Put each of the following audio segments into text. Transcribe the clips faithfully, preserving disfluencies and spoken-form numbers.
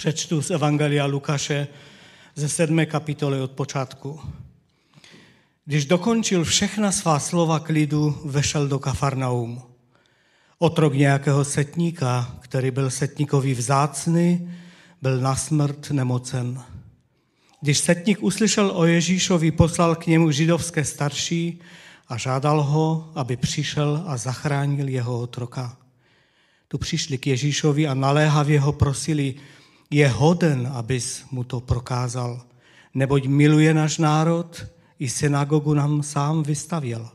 Přečtu z Evangelia Lukáše ze sedmé kapitoly od počátku. Když dokončil všechna svá slova k lidu, vešel do Kafarnaum. Otrok nějakého setníka, který byl setníkovi vzácný, byl na smrt nemocen. Když setník uslyšel o Ježíšovi, poslal k němu židovské starší a žádal ho, aby přišel a zachránil jeho otroka. Tu přišli k Ježíšovi a naléhavě ho prosili, je hoden, abys mu to prokázal, neboť miluje náš národ, i synagogu nám sám vystavěl.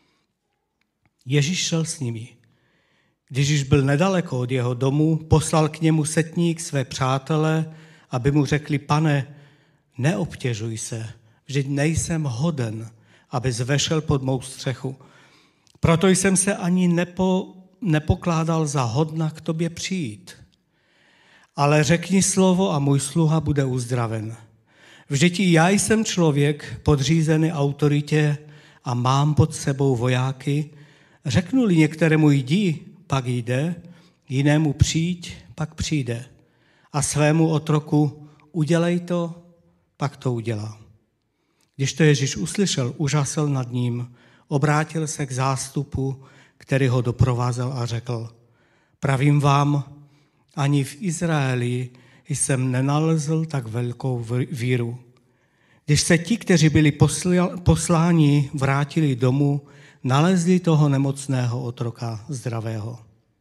Ježíš šel s nimi. Když již byl nedaleko od jeho domu, poslal k němu setník své přátele, aby mu řekli, pane, neobtěžuj se, vždyť nejsem hoden, abys vešel pod mou střechu. Proto jsem se ani nepo, nepokládal za hodna k tobě přijít. Ale řekni slovo a můj sluha bude uzdraven. Vždyť i já jsem člověk podřízený autoritě a mám pod sebou vojáky. Řeknu-li některému jdi, pak jde, jinému přijď, pak přijde. A svému otroku udělej to, pak to udělá. Když to Ježíš uslyšel, užasl nad ním, obrátil se k zástupu, který ho doprovázel a řekl, pravím vám, ani v Izraeli jsem nenalezl tak velkou víru. Když se ti, kteří byli posláni, vrátili domů, nalezli toho nemocného otroka zdravého.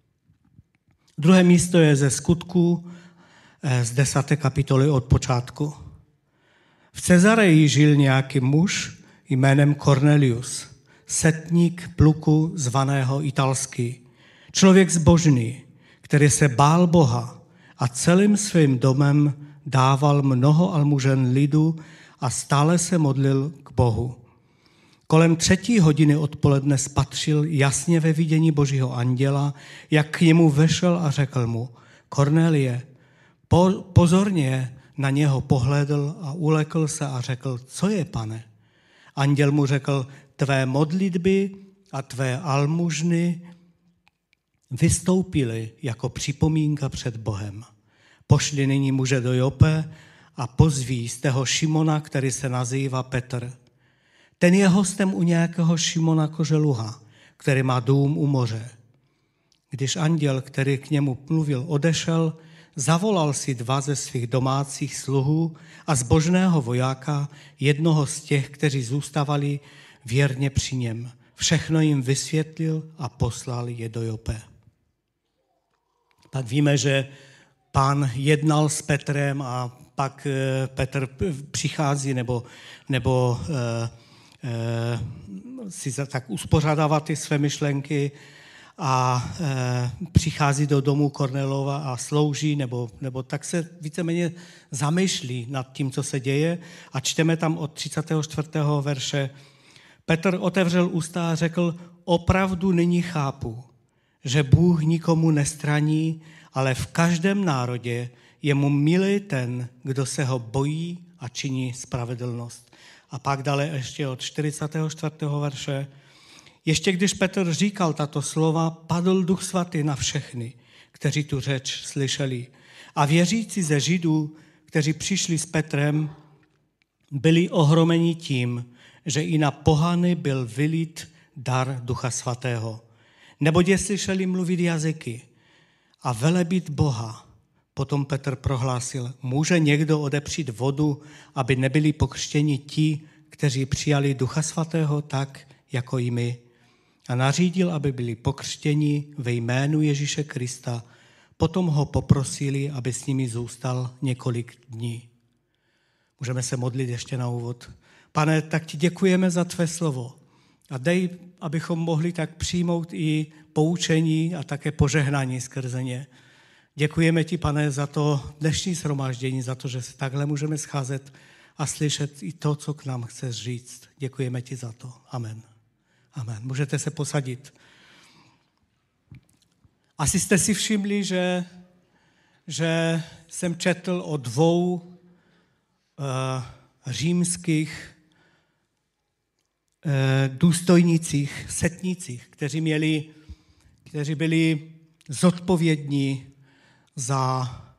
Druhé místo je ze Skutků z desáté kapitoly od počátku. V Cezareji žil nějaký muž jménem Cornelius, setník pluku zvaného Italský, člověk zbožný, který se bál Boha a celým svým domem dával mnoho almužen lidu a stále se modlil k Bohu. Kolem třetí hodiny odpoledne spatřil jasně ve vidění Božího anděla, jak k němu vešel a řekl mu, Kornélie, po, pozorně na něho pohlédl a ulekl se a řekl, co je, pane? Anděl mu řekl, tvé modlitby a tvé almužny vystoupili jako připomínka před Bohem. Pošli nyní muže do Jope a pozví z toho Šimona, který se nazývá Petr. Ten je hostem u nějakého Šimona Koželuha, který má dům u moře. Když anděl, který k němu mluvil, odešel, zavolal si dva ze svých domácích sluhů a zbožného vojáka, jednoho z těch, kteří zůstávali věrně při něm. Všechno jim vysvětlil a poslal je do Jope. Pak víme, že Pán jednal s Petrem a pak Petr přichází nebo, nebo eh, eh, si tak uspořádává ty své myšlenky a eh, přichází do domu Kornelova a slouží, nebo, nebo tak se víceméně zamýšlí nad tím, co se děje. A čteme tam od třicátého čtvrtého verše. Petr otevřel ústa a řekl, opravdu nyní chápu, že Bůh nikomu nestraní, ale v každém národě je mu milý ten, kdo se ho bojí a činí spravedlnost. A pak dále ještě od čtyřicátého čtvrtého verše. Ještě když Petr říkal tato slova, padl Duch Svatý na všechny, kteří tu řeč slyšeli. A věřící ze Židů, kteří přišli s Petrem, byli ohromeni tím, že i na pohany byl vylít dar Ducha Svatého. Neboť je slyšeli mluvit jazyky a velebit Boha. Potom Petr prohlásil, může někdo odepřít vodu, aby nebyli pokřtěni ti, kteří přijali Ducha Svatého tak, jako i my. A nařídil, aby byli pokřtěni ve jménu Ježíše Krista. Potom ho poprosili, aby s nimi zůstal několik dní. Můžeme se modlit ještě na úvod. Pane, tak ti děkujeme za tvé slovo. A dej, abychom mohli tak přijmout i poučení a také požehnání skrze ně. Děkujeme ti, Pane, za to dnešní shromáždění, za to, že se takhle můžeme scházet a slyšet i to, co k nám chceš říct. Děkujeme ti za to. Amen. Amen. Můžete se posadit. Asi jste si všimli, že, že jsem četl o dvou uh, římských uh, důstojnících, setnících, kteří, měli, kteří byli zodpovědní za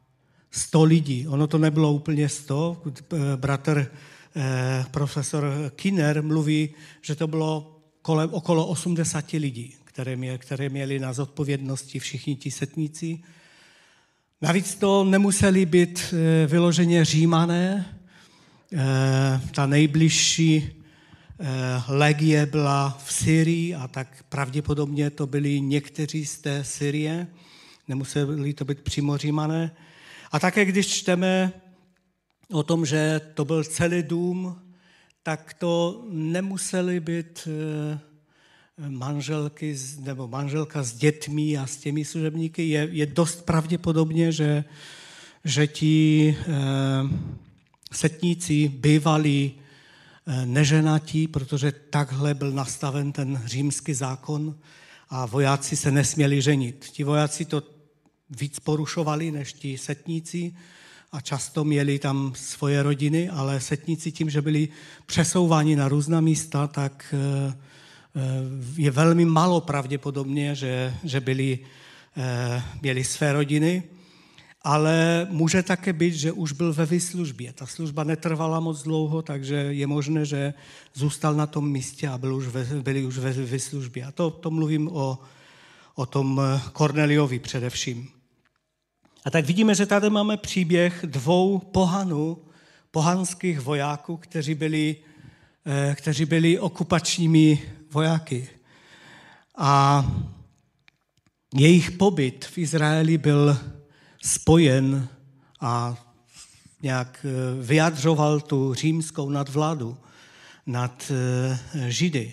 sto lidí. Ono to nebylo úplně sto. Bratr eh, profesor Kinner mluví, že to bylo kolem, okolo osmdesát lidí, které, mě, které měli na zodpovědnosti všichni ti setníci. Navíc to nemuseli být eh, vyloženě Římané. Eh, ta nejbližší legie byla v Syrii a tak pravděpodobně to byli někteří z té Syrie, nemuseli to být přímo Římané. A také když čteme o tom, že to byl celý dům, tak to nemuseli být manželky nebo manželka s dětmi a s těmi služebníky. Je, je dost pravděpodobně, že, že ti eh, setníci bývali neženatí, protože takhle byl nastaven ten římský zákon a vojáci se nesměli ženit. Ti vojáci to víc porušovali než ti setníci a často měli tam svoje rodiny, ale setníci tím, že byli přesouváni na různá místa, tak je velmi málo pravděpodobně, že, že byli, měli své rodiny. Ale může také být, že už byl ve výslužbě. Ta služba netrvala moc dlouho, takže je možné, že zůstal na tom místě a byl už ve, byli už ve výslužbě. A to, to mluvím o, o tom Korneliovi především. A tak vidíme, že tady máme příběh dvou pohanů, pohanských vojáků, kteří byli, kteří byli okupačními vojáky. A jejich pobyt v Izraeli byl spojen a nějak vyjadřoval tu římskou nadvládu nad Židy.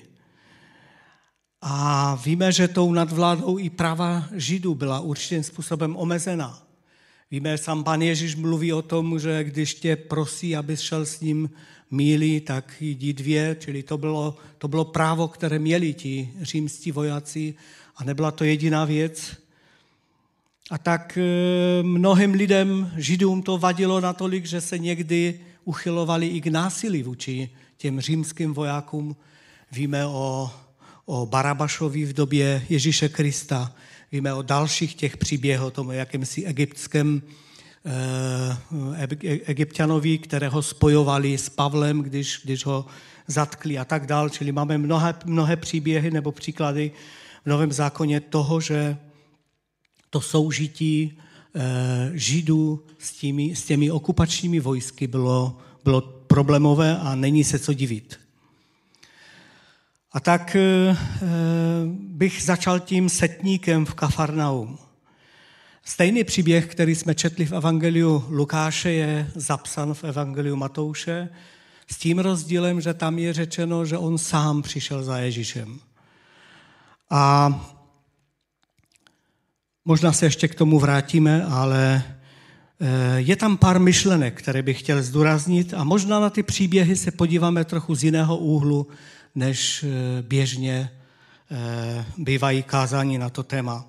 A víme, že tou nadvládou i práva Židů byla určitým způsobem omezená. Víme, sám Pán Ježíš mluví o tom, že když tě prosí, abys šel s ním míli, tak jdi dvě, čili to bylo, to bylo právo, které měli ti římští vojáci a nebyla to jediná věc. A tak mnohým lidem, Židům, to vadilo natolik, že se někdy uchylovali i k násilí vůči těm římským vojákům. Víme o, o Barabašovi v době Ježíše Krista, víme o dalších těch příběhů, o tom jakýmsi egyptském eh, Egypťanovi, kterého spojovali s Pavlem, když, když ho zatkli a tak dál. Čili máme mnohé, mnohé příběhy nebo příklady v Novém zákoně toho, že to soužití eh, Židů s těmi, s těmi okupačními vojsky bylo, bylo problémové a není se co divit. A tak eh, bych začal tím setníkem v Kafarnaum. Stejný příběh, který jsme četli v evangeliu Lukáše, je zapsan v evangeliu Matouše s tím rozdílem, že tam je řečeno, že on sám přišel za Ježíšem. A možná se ještě k tomu vrátíme, ale je tam pár myšlenek, které bych chtěl zdůraznit a možná na ty příběhy se podíváme trochu z jiného úhlu, než běžně bývají kázání na to téma.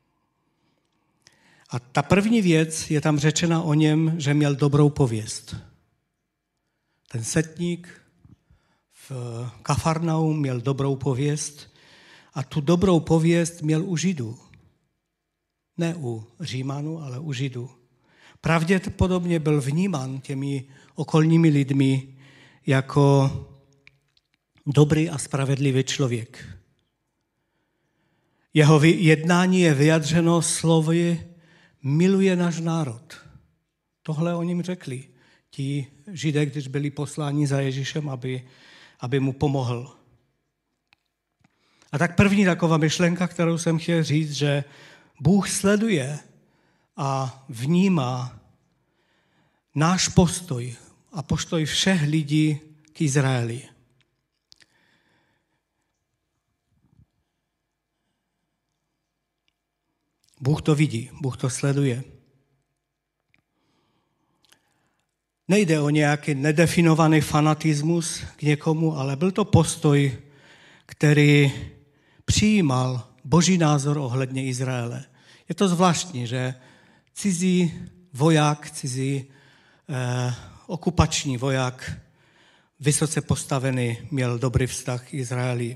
A ta první věc je tam řečena o něm, že měl dobrou pověst. Ten setník v Kafarnaum měl dobrou pověst a tu dobrou pověst měl u Židů. Ne u Římanů, ale u Židů. Pravděpodobně byl vnímán těmi okolními lidmi jako dobrý a spravedlivý člověk. Jeho jednání je vyjadřeno slovy miluje náš národ. Tohle o ním řekli ti Židé, když byli posláni za Ježíšem, aby, aby mu pomohl. A tak první taková myšlenka, kterou jsem chtěl říct, že Bůh sleduje a vnímá náš postoj a postoj všech lidí k Izraeli. Bůh to vidí, Bůh to sleduje. Nejde o nějaký nedefinovaný fanatismus k někomu, ale byl to postoj, který přijímal Boží názor ohledně Izraele. Je to zvláštní, že cizí voják, cizí eh, okupační voják, vysoce postavený, měl dobrý vztah k Izraeli.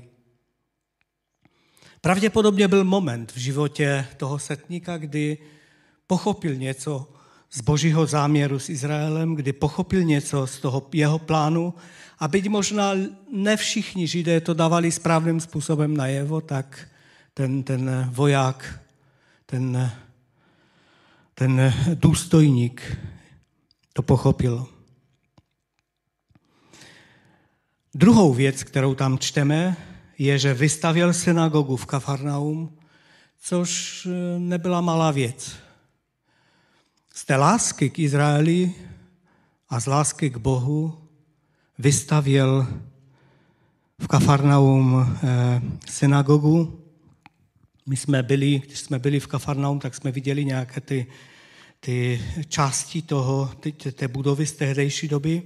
Pravděpodobně byl moment v životě toho setníka, kdy pochopil něco z božího záměru s Izraelem, kdy pochopil něco z toho jeho plánu a byť možná ne všichni Židé to dávali správným způsobem najevo, tak ten, ten voják, ten, ten důstojník to pochopil. Druhou věc, kterou tam čteme, je, že vystavěl synagogu v Kafarnaum, což nebyla malá věc. Z té lásky k Izraeli a z lásky k Bohu vystavěl v Kafarnaum synagogu. My jsme byli, když jsme byli v Kafarnaum, tak jsme viděli nějaké ty, ty části toho, ty, té budovy z tehdejší doby.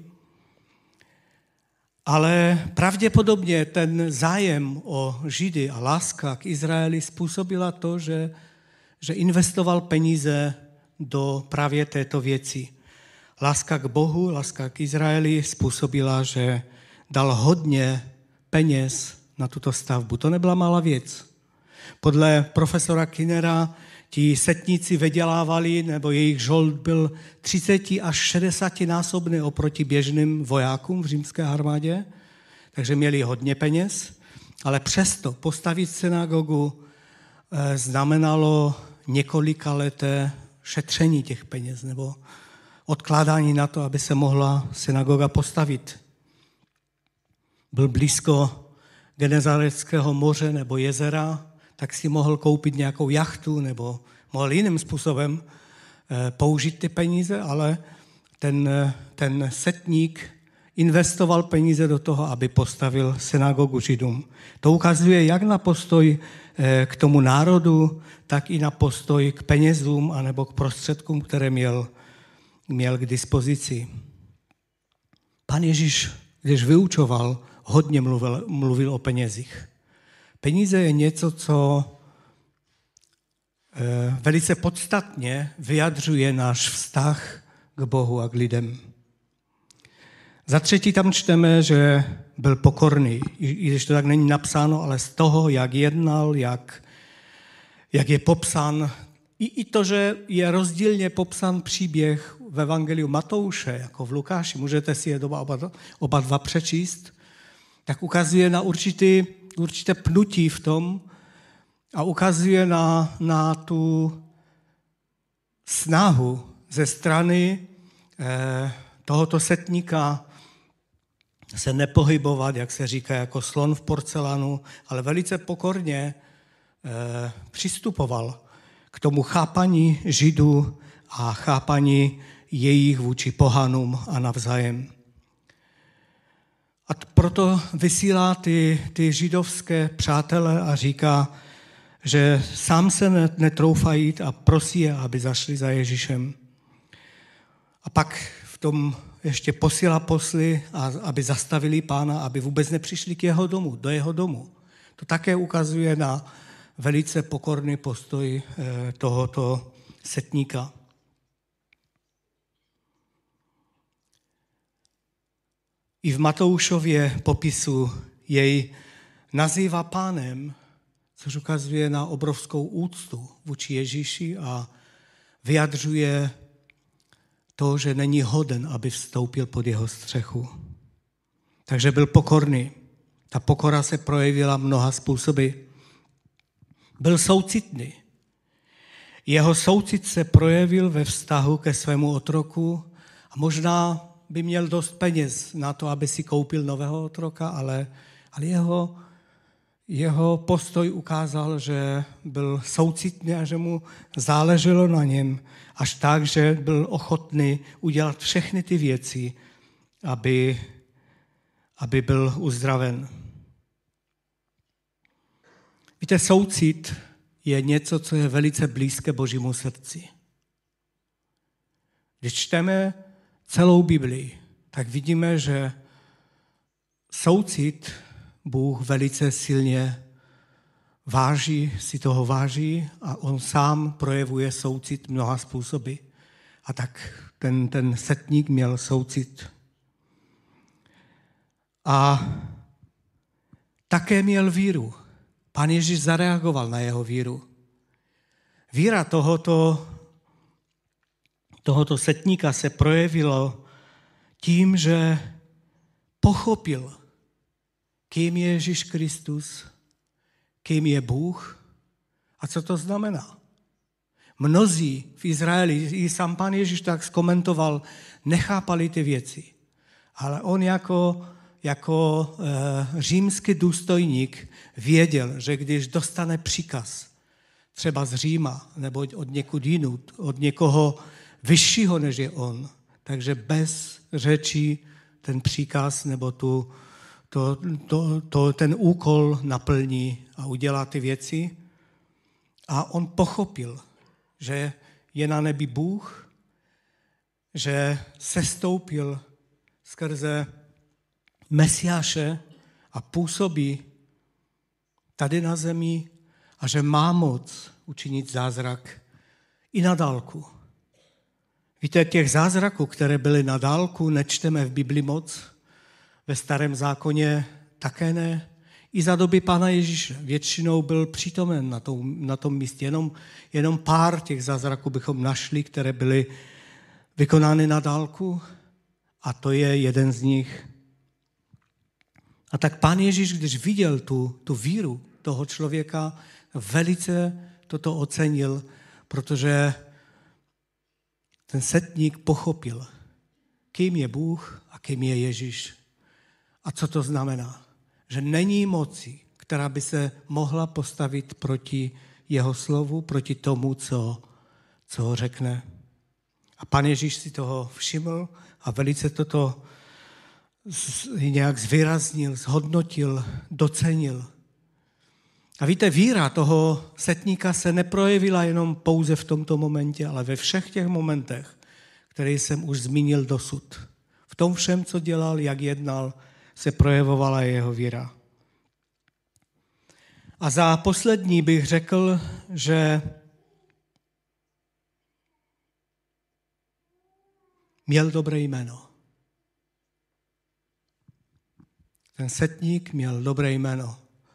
Ale pravděpodobně ten zájem o Židy a láska k Izraeli způsobila to, že, že investoval peníze do právě této věci. Láska k Bohu, láska k Izraeli způsobila, že dal hodně peněz na tuto stavbu. To nebyla malá věc. Podle profesora Kinnera ti setníci vydělávali, nebo jejich žold byl třicet až šedesát násobný oproti běžným vojákům v římské armádě, takže měli hodně peněz, ale přesto postavit synagogu znamenalo několika leté šetření těch peněz nebo odkládání na to, aby se mohla synagoga postavit. Byl blízko Genezareckého moře nebo jezera, tak si mohl koupit nějakou jachtu nebo mohl jiným způsobem použít ty peníze, ale ten, ten setník investoval peníze do toho, aby postavil synagogu Židům. To ukazuje jak na postoj k tomu národu, tak i na postoj k penězům anebo k prostředkům, které měl, měl k dispozici. Pan Ježíš, když vyučoval, hodně mluvil, mluvil o penězích. Peníze je něco, co velice podstatně vyjadřuje náš vztah k Bohu a k lidem. Za třetí tam čteme, že byl pokorný, i když to tak není napsáno, ale z toho, jak jednal, jak, jak je popsán, i, i to, že je rozdílně popsán příběh v Evangeliu Matouše, jako v Lukáši, můžete si je doba oba, oba dva přečíst, tak ukazuje na určitý, určité pnutí v tom a ukazuje na, na tu snahu ze strany eh, tohoto setníka se nepohybovat, jak se říká, jako slon v porcelánu, ale velice pokorně eh, přistupoval k tomu chápaní Židů a chápaní jejich vůči pohanům a navzájem. A proto vysílá ty, ty židovské přátele a říká, že sám se netroufají jít a prosí je, aby zašli za Ježíšem. A pak v tom ještě posílá posly, a aby zastavili Pána, aby vůbec nepřišli k jeho domu, do jeho domu. To také ukazuje na velice pokorný postoj tohoto setníka. I v Matoušově popisu jej nazývá Pánem, což ukazuje na obrovskou úctu vůči Ježíši a vyjadřuje to, že není hoden, aby vstoupil pod jeho střechu. Takže byl pokorný. Ta pokora se projevila mnoha způsoby. Byl soucitný. Jeho soucit se projevil ve vztahu ke svému otroku a možná by měl dost peněz na to, aby si koupil nového otroka, ale, ale jeho, jeho postoj ukázal, že byl soucitný a že mu záleželo na něm až tak, že byl ochotný udělat všechny ty věci, aby, aby byl uzdraven. Víte, soucit je něco, co je velice blízké Božímu srdci. Když čteme celou Biblii, tak vidíme, že soucit Bůh velice silně váží, si toho váží a on sám projevuje soucit mnoha způsoby. A tak ten, ten setník měl soucit. A také měl víru. Pán Ježíš zareagoval na jeho víru. Víra tohoto tohoto setníka se projevilo tím, že pochopil, kým je Ježíš Kristus, kým je Bůh a co to znamená. Mnozí v Izraeli, i sám Pán Ježíš tak zkomentoval, nechápali ty věci. Ale on jako, jako e, římský důstojník věděl, že když dostane příkaz, třeba z Říma nebo od někud jinut, od někoho vyššího než je on, takže bez řečí ten příkaz nebo tu, to, to, to, ten úkol naplní a udělá ty věci. A on pochopil, že je na nebi Bůh, že sestoupil skrze Mesiáše a působí tady na zemi a že má moc učinit zázrak i na dálku. Víte, těch zázraků, které byly na dálku, nečteme v Bibli moc, ve Starém zákoně také ne. I za doby Pána Ježíše většinou byl přítomen na tom, na tom místě. Jenom, jenom pár těch zázraků bychom našli, které byly vykonány na dálku a to je jeden z nich. A tak Pán Ježíš, když viděl tu, tu víru toho člověka, velice toto ocenil, protože ten setník pochopil, kým je Bůh a kým je Ježíš. A co to znamená? Že není moci, která by se mohla postavit proti jeho slovu, proti tomu, co, co ho řekne. A Pán Ježíš si toho všiml a velice toto nějak zvýraznil, zhodnotil, docenil. A víte, víra toho setníka se neprojevila jenom pouze v tomto momentě, ale ve všech těch momentech, které jsem už zmínil dosud. V tom všem, co dělal, jak jednal, se projevovala jeho víra. A za poslední bych řekl, že měl dobré jméno. Ten setník měl dobré jméno.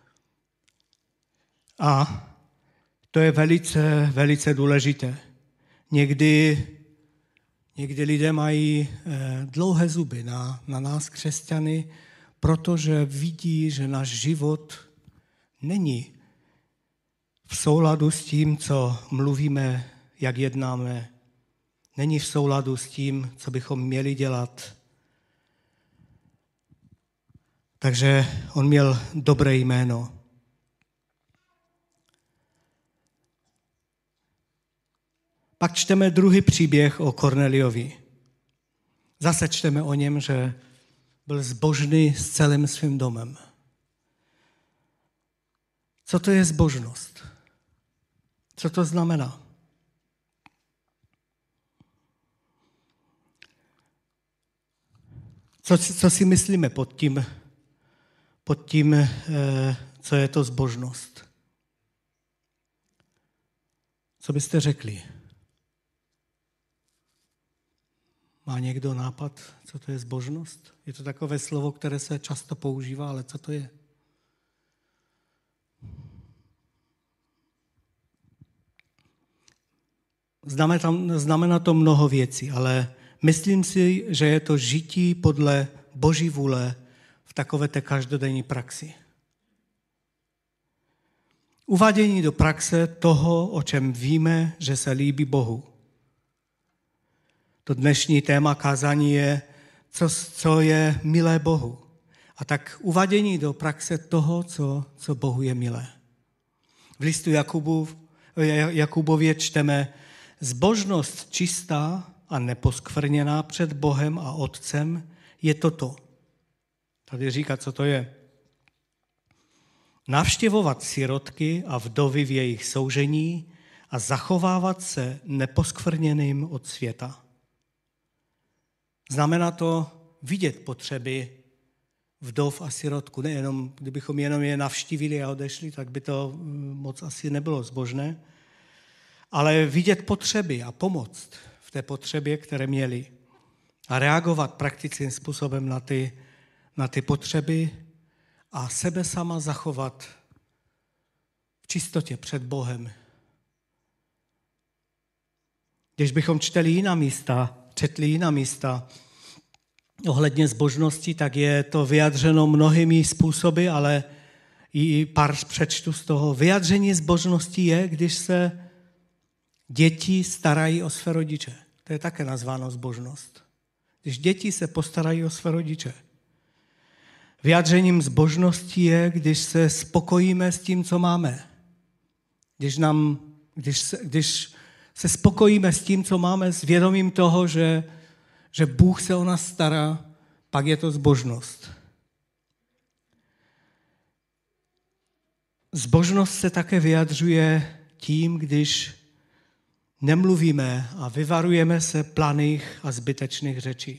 A to je velice, velice důležité. Někdy, někdy lidé mají dlouhé zuby na, na nás, křesťany, protože vidí, že náš život není v souladu s tím, co mluvíme, jak jednáme. Není v souladu s tím, co bychom měli dělat. Takže on měl dobré jméno. Pak čteme druhý příběh o Korneliovi. Zase čteme o něm, že byl zbožný s celým svým domem. Co to je zbožnost? Co to znamená? Co, co si myslíme pod tím, pod tím eh, co je to zbožnost? Co byste řekli? Má někdo nápad, co to je zbožnost? Je to takové slovo, které se často používá, ale co to je? Znamená, znamená to mnoho věcí, ale myslím si, že je to žití podle Boží vůle v takové té každodenní praxi. Uvádění do praxe toho, o čem víme, že se líbí Bohu. To dnešní téma kázání je, co, co je milé Bohu. A tak uvádění do praxe toho, co, co Bohu je milé. V listu Jakubův, Jakubově čteme, zbožnost čistá a neposkvrněná před Bohem a Otcem je toto. Tady říká, co to je. Navštěvovat sirotky a vdovy v jejich soužení a zachovávat se neposkvrněným od světa. Znamená to vidět potřeby vdov a sirotku. Nejenom, kdybychom jenom je navštívili a odešli, tak by to moc asi nebylo zbožné. Ale vidět potřeby a pomoct v té potřebě, které měli. A reagovat praktickým způsobem na ty, na ty potřeby a sebe sama zachovat v čistotě před Bohem. Když bychom čteli jiná místa, četli jiná místa ohledně zbožnosti, tak je to vyjadřeno mnohými způsoby, ale i pár přečtu z toho. Vyjadření zbožnosti je, když se děti starají o své rodiče. To je také nazváno zbožnost. Když děti se postarají o své rodiče. Vyjádřením zbožnosti je, když se spokojíme s tím, co máme. Když, nám, když, se, když se spokojíme s tím, co máme, s vědomím toho, že, že Bůh se o nás stará, pak je to zbožnost. Zbožnost se také vyjadřuje tím, když nemluvíme a vyvarujeme se planých a zbytečných řečí.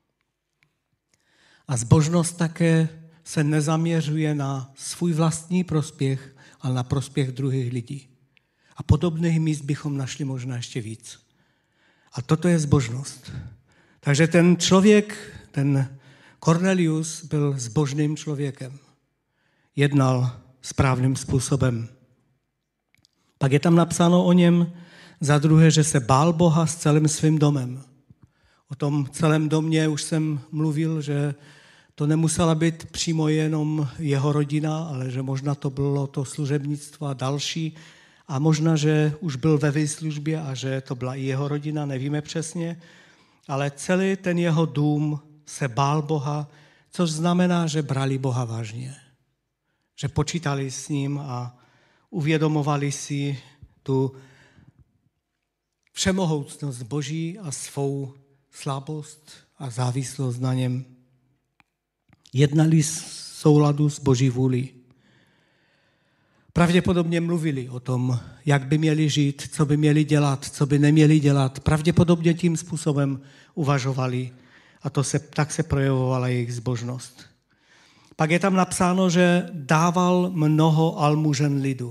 A zbožnost také se nezaměřuje na svůj vlastní prospěch, ale na prospěch druhých lidí. A podobných míst bychom našli možná ještě víc. A toto je zbožnost. Takže ten člověk, ten Kornelius byl zbožným člověkem. Jednal správným způsobem. Pak je tam napsáno o něm za druhé, že se bál Boha s celým svým domem. O tom celém domě už jsem mluvil, že to nemusela být přímo jenom jeho rodina, ale že možná to bylo to služebnictvo a další. A možná, že už byl ve výslužbě a že to byla i jeho rodina, nevíme přesně. Ale celý ten jeho dům se bál Boha, což znamená, že brali Boha vážně. Že počítali s ním a uvědomovali si tu všemohoucnost Boží a svou slabost a závislost na něm. Jednali v souladu s Boží vůlí. Pravděpodobně mluvili o tom, jak by měli žít, co by měli dělat, co by neměli dělat. Pravděpodobně tím způsobem uvažovali a to se, tak se projevovala jejich zbožnost. Pak je tam napsáno, že dával mnoho almužen lidu.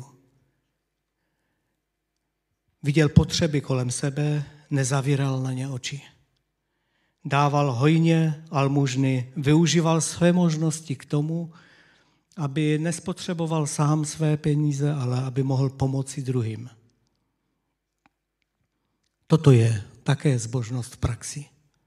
Viděl potřeby kolem sebe, nezavíral na ně oči. Dával hojně almužny, využíval své možnosti k tomu, aby nespotřeboval sám své peníze, ale aby mohl pomoci druhým. Toto je také zbožnost v praxi.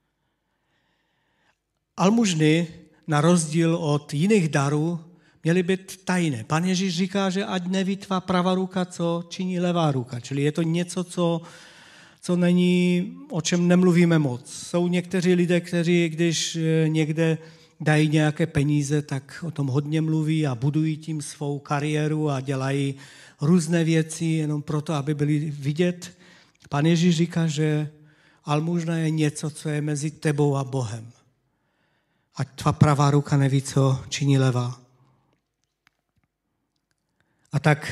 Almužny, na rozdíl od jiných darů, měly být tajné. Pan Ježíš říká, že ať neví tvá pravá ruka, co činí levá ruka. Čili je to něco, co, co není, o čem nemluvíme moc. Jsou někteří lidé, kteří, když někde dají nějaké peníze, tak o tom hodně mluví a budují tím svou kariéru a dělají různé věci jenom proto, aby byli vidět. Pan Ježíš říká, že almužna je něco, co je mezi tebou a Bohem. Ať tvá pravá ruka neví, co činí levá. A tak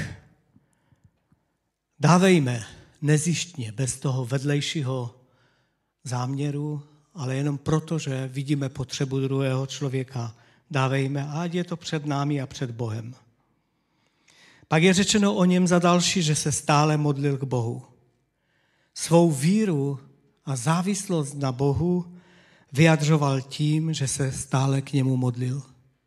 dávejme nezištně, bez toho vedlejšího záměru, ale jenom proto, že vidíme potřebu druhého člověka. Dávejme, ať je to před námi a před Bohem. Pak je řečeno o něm za další, že se stále modlil k Bohu. Svou víru a závislost na Bohu vyjadřoval tím, že se stále k němu modlil.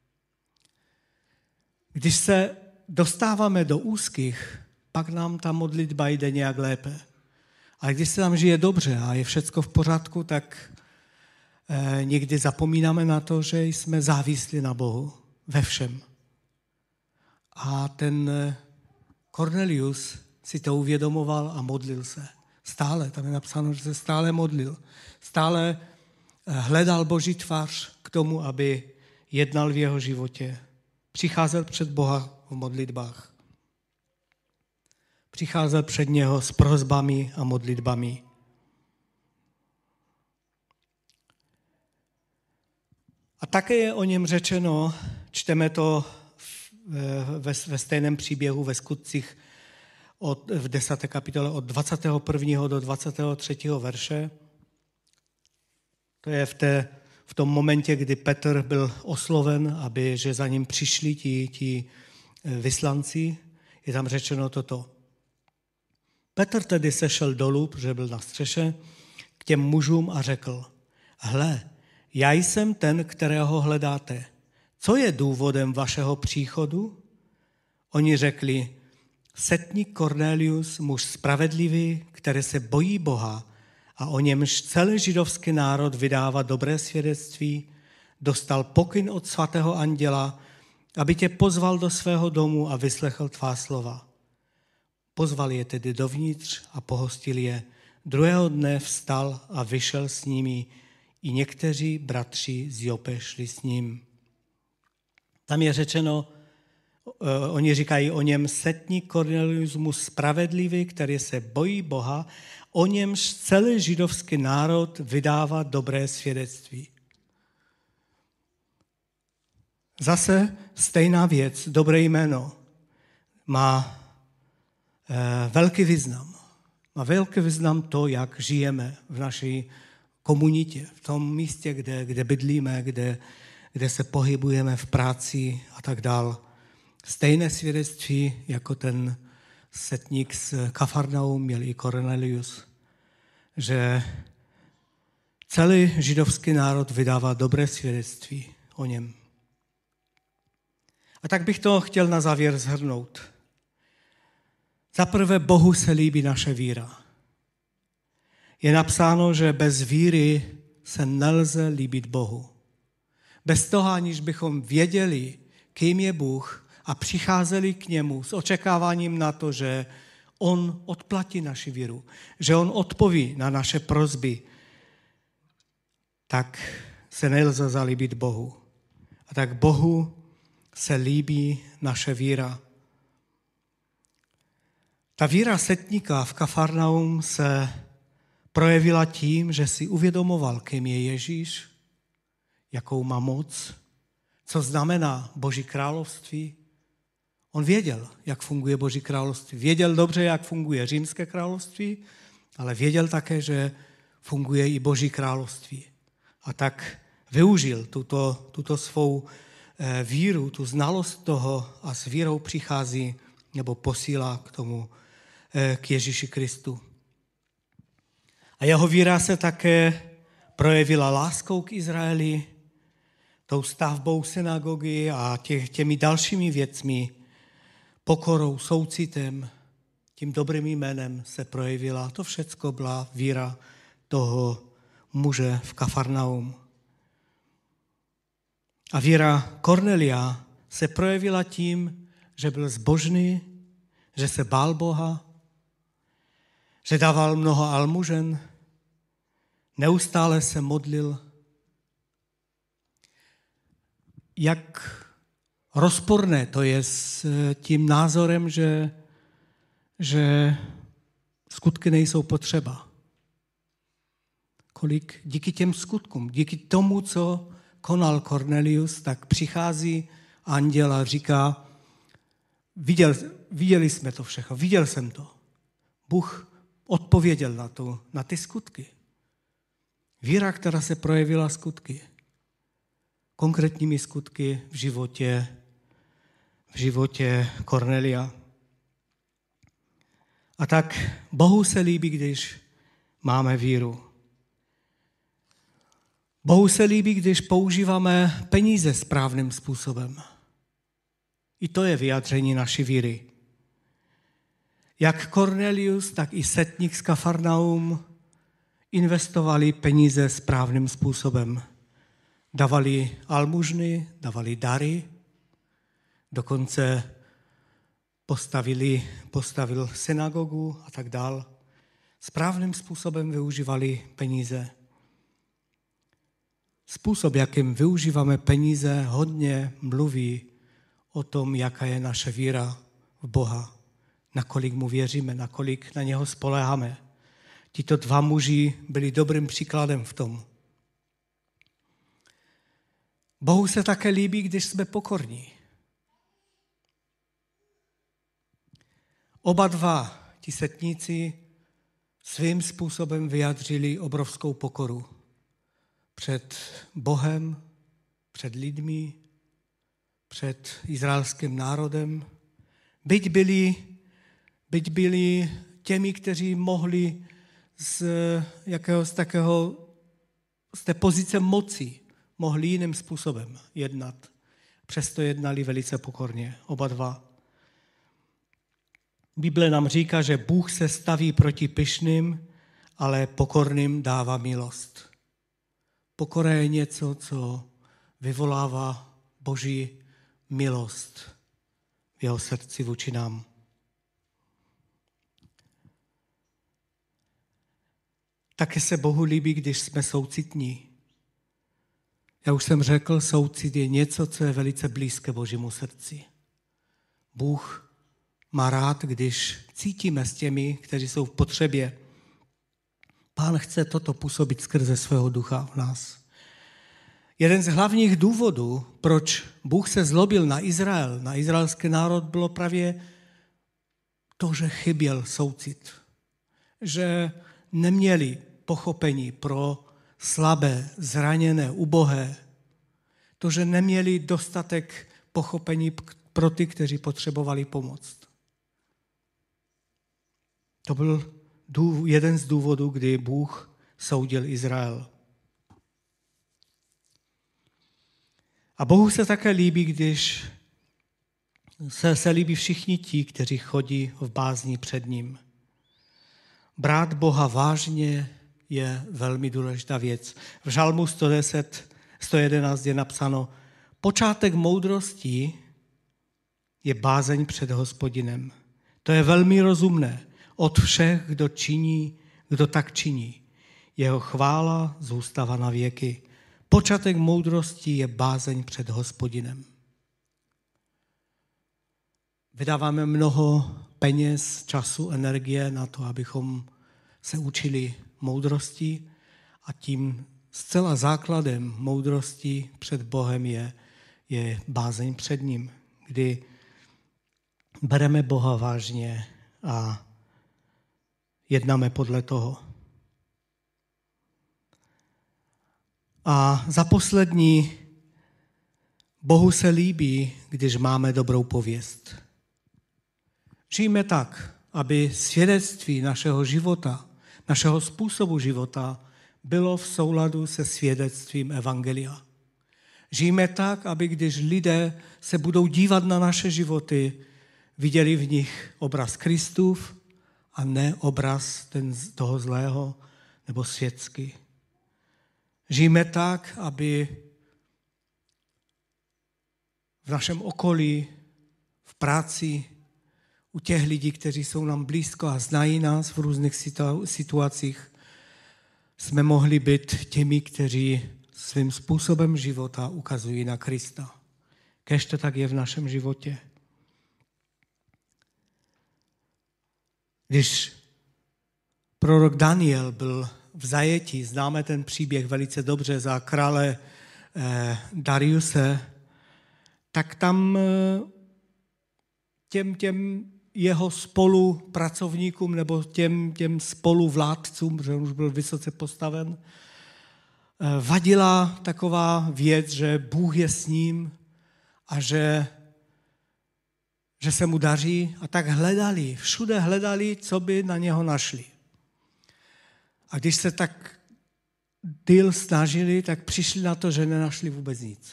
Když se dostáváme do úzkých, pak nám ta modlitba jde nějak lépe. A když se nám žije dobře a je všecko v pořádku, tak eh, někdy zapomínáme na to, že jsme závislí na Bohu ve všem. A ten Kornelius si to uvědomoval a modlil se. Stále, tam je napsáno, že se stále modlil. Stále hledal Boží tvář k tomu, aby jednal v jeho životě. Přicházel před Boha v modlitbách. Přicházel před něho s prosbami a modlitbami. A také je o něm řečeno, čteme to ve, ve stejném příběhu ve Skutcích od, v desáté kapitole od dvacátého prvního do dvacátého třetího verše. To je v, té, v tom momentě, kdy Petr byl osloven, aby, že za ním přišli ti, ti vyslanci. Je tam řečeno toto. Petr tedy sešel dolů, protože byl na střeše, k těm mužům a řekl, hle, já jsem ten, kterého hledáte. Co je důvodem vašeho příchodu? Oni řekli, setník Kornelius, muž spravedlivý, který se bojí Boha a o němž celý židovský národ vydává dobré svědectví, dostal pokyn od svatého anděla, aby tě pozval do svého domu a vyslechl tvá slova. Pozval je tedy dovnitř a pohostil je. Druhého dne vstal a vyšel s nimi, i někteří bratři z Jope šli s ním. Tam je řečeno, oni říkají o něm setník Kornelius spravedlivý, který se bojí Boha, o němž celý židovský národ vydává dobré svědectví. Zase stejná věc, dobré jméno, má eh, velký význam. Má velký význam to, jak žijeme v naší komunitě, v tom místě, kde, kde bydlíme, kde, kde se pohybujeme v práci a tak dál. Stejné svědectví, jako ten setník z Kafarnaum měl i Kornelius, že celý židovský národ vydává dobré svědectví o něm. A tak bych to chtěl na závěr shrnout. Za prvé, Bohu se líbí naše víra. Je napsáno, že bez víry se nelze líbit Bohu. Bez toho, aniž bychom věděli, kým je Bůh a přicházeli k němu s očekáváním na to, že on odplatí naši víru, že on odpoví na naše prosby, tak se nelze zalíbit Bohu. A tak Bohu se líbí naše víra. Ta víra setníka v Kafarnaum se projevila tím, že si uvědomoval, kým je Ježíš, jakou má moc, co znamená Boží království. On věděl, jak funguje Boží království. Věděl dobře, jak funguje Římské království, ale věděl také, že funguje i Boží království. A tak využil tuto, tuto svou víru, tu znalost toho a s vírou přichází nebo posílá k tomu, k Ježíši Kristu. A jeho víra se také projevila láskou k Izraeli, tou stavbou synagogy a těch, těmi dalšími věcmi, pokorou, soucitem, tím dobrým jménem se projevila. To všecko byla víra toho muže v Kafarnaum. A víra Kornelia se projevila tím, že byl zbožný, že se bál Boha, že dával mnoho almužen, neustále se modlil. Jak rozporné to je s tím názorem, že, že skutky nejsou potřeba. Kolik díky těm skutkům, díky tomu, co konal Kornelius, tak přichází anděl a říká, viděl, viděli jsme to všechno, viděl jsem to. Bůh odpověděl na, to, na ty skutky. Víra, která se projevila skutky. Konkrétními skutky v životě, v životě Kornelia. A tak Bohu se líbí, když máme víru. Bohu se líbí, když používáme peníze správným způsobem. I to je vyjádření naší víry. Jak Kornelius, tak i setník z Kafarnaum investovali peníze správným způsobem. Dávali almužny, dávali dary, dokonce postavili, postavil synagogu a tak dál. Správným způsobem využívali peníze. Způsob, jakým využíváme peníze, hodně mluví o tom, jaká je naše víra v Boha, nakolik mu věříme, nakolik na něho spoléháme. Tito dva muži byli dobrým příkladem v tom. Bohu se také líbí, když jsme pokorní. Oba dva, ti setníci, svým způsobem vyjádřili obrovskou pokoru před Bohem, před lidmi, před izraelským národem. Byť byli, byť byli těmi, kteří mohli z, jakého, z, takého, z té pozice moci mohli jiným způsobem jednat. Přesto jednali velice pokorně, oba dva. Bible nám říká, že Bůh se staví proti pyšným, ale pokorným dává milost. Pokora je něco, co vyvolává Boží milost v jeho srdci vůči nám. Také se Bohu líbí, když jsme soucitní. Já už jsem řekl, soucit je něco, co je velice blízké Božímu srdci. Bůh má rád, když cítíme s těmi, kteří jsou v potřebě. Pán chce toto působit skrze svého ducha v nás. Jeden z hlavních důvodů, proč Bůh se zlobil na Izrael, na izraelský národ, bylo právě to, že chyběl soucit. Že neměli pochopení pro slabé, zraněné, ubohé. To, že neměli dostatek pochopení pro ty, kteří potřebovali pomoc. To byl jeden z důvodů, kdy Bůh soudil Izrael. A Bohu se také líbí, když se, se líbí všichni ti, kteří chodí v bázni před ním. Brát Boha vážně je velmi důležitá věc. V Žalmu sto deset, sto jedenáct je napsáno: počátek moudrosti je bázeň před Hospodinem. To je velmi rozumné od všech, kdo činí, kdo tak činí. Jeho chvála zůstává na věky. Počátek moudrosti je bázeň před Hospodinem. Vydáváme mnoho peněz, času, energie na to, abychom se učili moudrosti, a tím zcela základem moudrosti před Bohem je, je bázeň před ním, kdy bereme Boha vážně a jednáme podle toho. A za poslední, Bohu se líbí, když máme dobrou pověst. Žijeme tak, aby svědectví našeho života, našeho způsobu života bylo v souladu se svědectvím evangelia. Žijeme tak, aby když lidé se budou dívat na naše životy, viděli v nich obraz Kristův a ne obraz ten, toho zlého nebo světský. Žijeme tak, aby v našem okolí, v práci, u těch lidí, kteří jsou nám blízko a znají nás v různých situacích, jsme mohli být těmi, kteří svým způsobem života ukazují na Krista. Kéž to tak je v našem životě. Když prorok Daniel byl v zajetí, známe ten příběh velice dobře, za krále eh, Dariuse, tak tam eh, těm, těm jeho spolupracovníkům nebo těm, těm spoluvládcům, že on už byl vysoce postaven, eh, vadila taková věc, že Bůh je s ním a že, že se mu daří, a tak hledali, všude hledali, co by na něho našli. A když se tak díl snažili, tak přišli na to, že nenašli vůbec nic.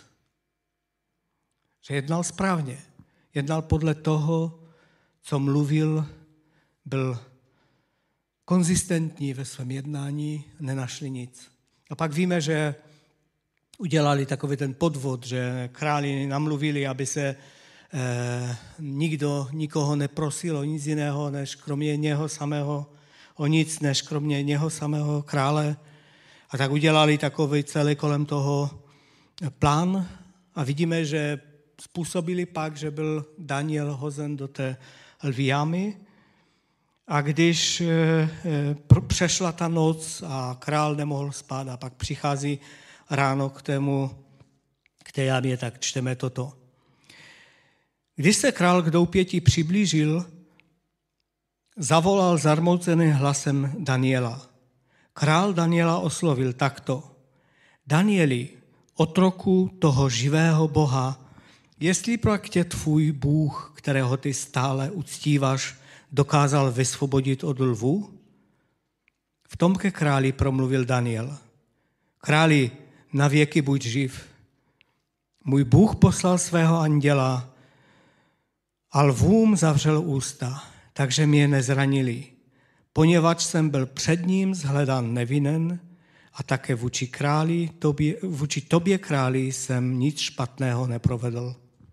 Že jednal správně. Jednal podle toho, co mluvil, byl konzistentní ve svém jednání, nenašli nic. A pak víme, že udělali takový ten podvod, že králi namluvili, aby se eh, nikdo, nikoho neprosil o nic jiného, než kromě něho samého, o nic, než kromě něho samého krále. A tak udělali takový celý kolem toho plán a vidíme, že způsobili pak, že byl Daniel hozen do té lví jámy, a když přešla ta noc a král nemohl spát a pak přichází ráno k tému, k té jámě, tak čteme toto. Když se král k doupěti přiblížil, zavolal zarmouceným hlasem Daniela. Král Daniela oslovil takto: Danieli, otroku toho živého Boha, jestli pak tě tvůj Bůh, kterého ty stále uctíváš, dokázal vysvobodit od lvů? V tom ke králi promluvil Daniel. Králi, na věky buď živ. Můj Bůh poslal svého anděla a lvům zavřel ústa, takže mě nezranili. poněvadž jsem byl před ním shledán nevinen a také vůči, králi, tobě, vůči tobě králi jsem nic špatného neprovedl.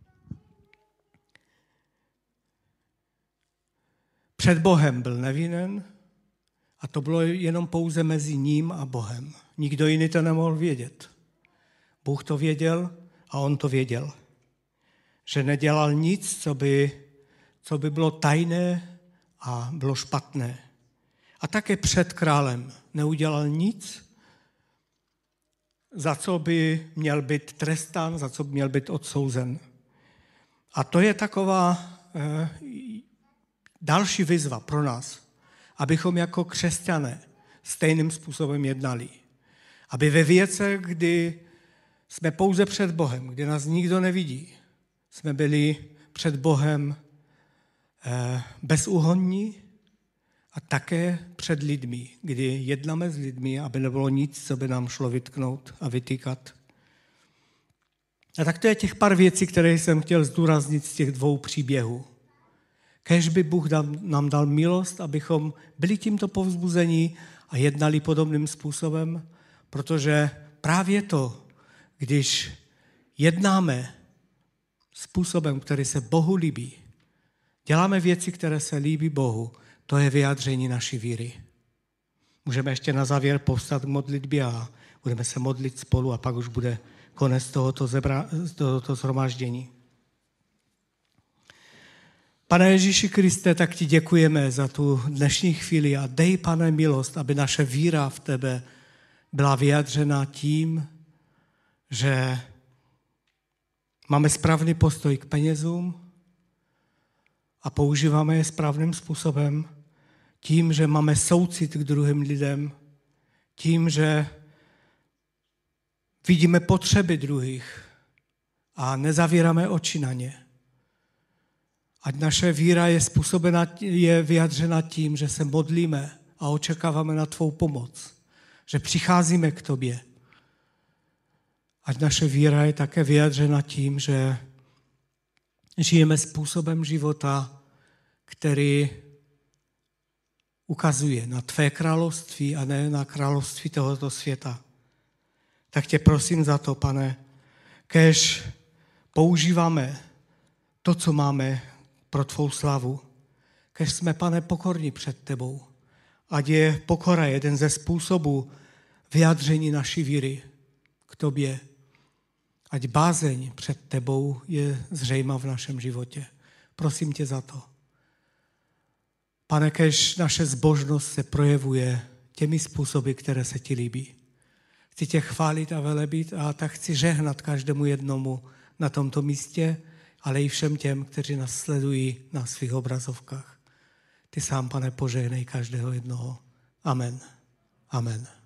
Před Bohem byl nevinen a to bylo jenom pouze mezi ním a Bohem. Nikdo jiný to nemohl vědět. Bůh to věděl a on to věděl. Že nedělal nic, co by, co by bylo tajné a bylo špatné. A také před králem neudělal nic, za co by měl být trestán, za co by měl být odsouzen. A to je taková eh, další výzva pro nás, abychom jako křesťané stejným způsobem jednali. Aby ve věcech, kdy jsme pouze před Bohem, kdy nás nikdo nevidí, jsme byli před Bohem eh, bezúhonní a také před lidmi, kdy jednáme s lidmi, aby nebylo nic, co by nám šlo vytknout a vytýkat. A tak to je těch pár věcí, které jsem chtěl zdůraznit z těch dvou příběhů. Kéž by Bůh nám dal milost, abychom byli tímto povzbuzení a jednali podobným způsobem, protože právě to, když jednáme způsobem, který se Bohu líbí, děláme věci, které se líbí Bohu, to je vyjádření naší víry. Můžeme ještě na závěr povstat k modlitbě a budeme se modlit spolu a pak už bude konec tohoto, zebra, tohoto shromáždění. Pane Ježíši Kriste, tak ti děkujeme za tu dnešní chvíli a dej, Pane, milost, aby naše víra v tebe byla vyjádřena tím, že máme správný postoj k penězům a používáme je správným způsobem, tím, že máme soucit k druhým lidem, tím, že vidíme potřeby druhých a nezavíráme oči na ně. Ať naše víra je způsobena, je vyjádřena tím, že se modlíme a očekáváme na tvou pomoc, že přicházíme k tobě. Ať naše víra je také vyjádřena tím, že žijeme způsobem života, který ukazuje na tvé království a ne na království tohoto světa. Tak tě prosím za to, Pane, kéž používáme to, co máme pro tvou slavu. Kéž jsme, Pane, pokorní před tebou. Ať je pokora jeden ze způsobů vyjádření naší víry k tobě. Ať bázeň před tebou je zřejmá v našem životě. Prosím tě za to. Pane, kéž naše zbožnost se projevuje těmi způsoby, které se ti líbí. Chci tě chválit a velebit a tak chci žehnat každému jednomu na tomto místě, ale i všem těm, kteří nás sledují na svých obrazovkách. Ty sám, Pane, požehnej každého jednoho. Amen. Amen.